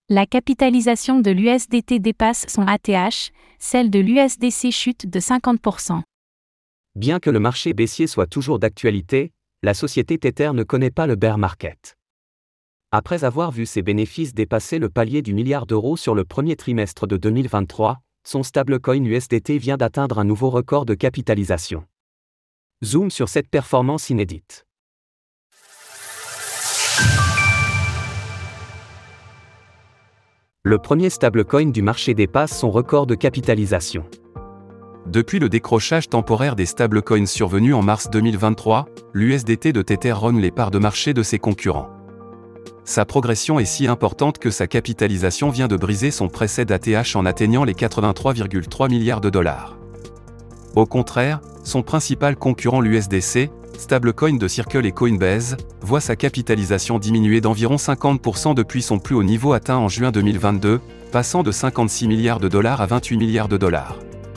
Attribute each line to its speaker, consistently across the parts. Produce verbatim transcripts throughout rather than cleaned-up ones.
Speaker 1: La capitalisation de l'U S D T dépasse son A T H, celle de l'U S D C chute de cinquante pour cent.
Speaker 2: Bien que le marché baissier soit toujours d'actualité, la société Tether ne connaît pas le bear market. Après avoir vu ses bénéfices dépasser le palier du milliard d'euros sur le premier trimestre de deux mille vingt-trois, son stablecoin U S D T vient d'atteindre un nouveau record de capitalisation. Zoom sur cette performance inédite. Le premier stablecoin du marché dépasse son record de capitalisation.
Speaker 3: Depuis le décrochage temporaire des stablecoins survenu en mars deux mille vingt-trois, l'U S D T de Tether rogne les parts de marché de ses concurrents. Sa progression est si importante que sa capitalisation vient de briser son précédent A T H en atteignant les quatre-vingt-trois virgule trois milliards de dollars. Au contraire, son principal concurrent l'U S D C, stablecoin de Circle et Coinbase, voit sa capitalisation diminuer d'environ cinquante pour cent depuis son plus haut niveau atteint en juin deux mille vingt-deux, passant de cinquante-six milliards de dollars à vingt-huit milliards de dollars.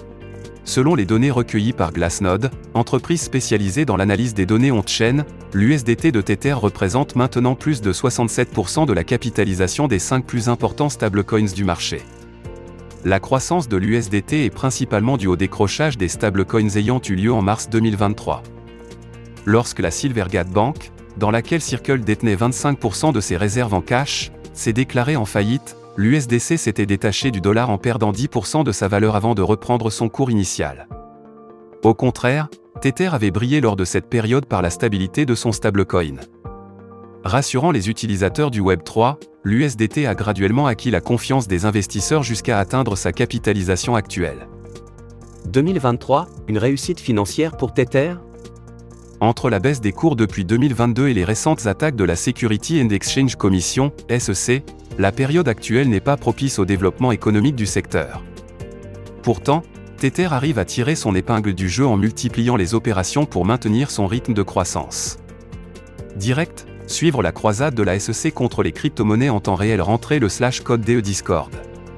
Speaker 3: Selon les données recueillies par Glassnode, entreprise spécialisée dans l'analyse des données on-chain, l'U S D T de Tether représente maintenant plus de soixante-sept pour cent de la capitalisation des cinq plus importants stablecoins du marché. La croissance de l'U S D T est principalement due au décrochage des stablecoins ayant eu lieu en mars deux mille vingt-trois. Lorsque la Silvergate Bank, dans laquelle Circle détenait vingt-cinq pour cent de ses réserves en cash, s'est déclarée en faillite, l'U S D C s'était détaché du dollar en perdant dix pour cent de sa valeur avant de reprendre son cours initial. Au contraire, Tether avait brillé lors de cette période par la stabilité de son stablecoin. Rassurant les utilisateurs du Web trois, l'U S D T a graduellement acquis la confiance des investisseurs jusqu'à atteindre sa capitalisation actuelle.
Speaker 2: deux mille vingt-trois, une réussite financière pour Tether ?
Speaker 3: Entre la baisse des cours depuis deux mille vingt-deux et les récentes attaques de la Security and Exchange Commission, S E C, la période actuelle n'est pas propice au développement économique du secteur. Pourtant, Tether arrive à tirer son épingle du jeu en multipliant les opérations pour maintenir son rythme de croissance. Direct, suivre la croisade de la S E C contre les crypto-monnaies en temps réel rentrer le slash code D E Discord.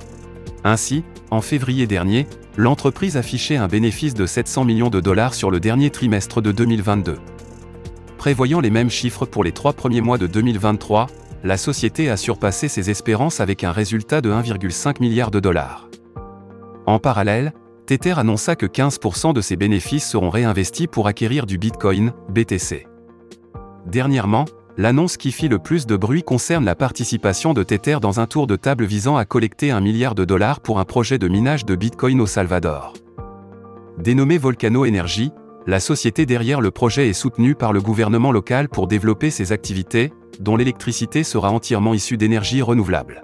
Speaker 3: Ainsi, en février dernier, l'entreprise affichait un bénéfice de sept cents millions de dollars sur le dernier trimestre de deux mille vingt-deux. Prévoyant les mêmes chiffres pour les trois premiers mois de deux mille vingt-trois, la société a surpassé ses espérances avec un résultat de un virgule cinq milliard de dollars. En parallèle, Tether annonça que quinze pour cent de ses bénéfices seront réinvestis pour acquérir du Bitcoin, B T C. Dernièrement, l'annonce qui fit le plus de bruit concerne la participation de Tether dans un tour de table visant à collecter un milliard de dollars pour un projet de minage de Bitcoin au Salvador. Dénommée Volcano Energy, la société derrière le projet est soutenue par le gouvernement local pour développer ses activités, dont l'électricité sera entièrement issue d'énergie renouvelable.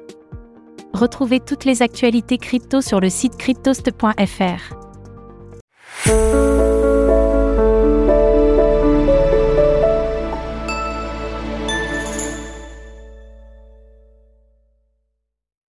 Speaker 1: Retrouvez toutes les actualités crypto sur le site cryptost point f r.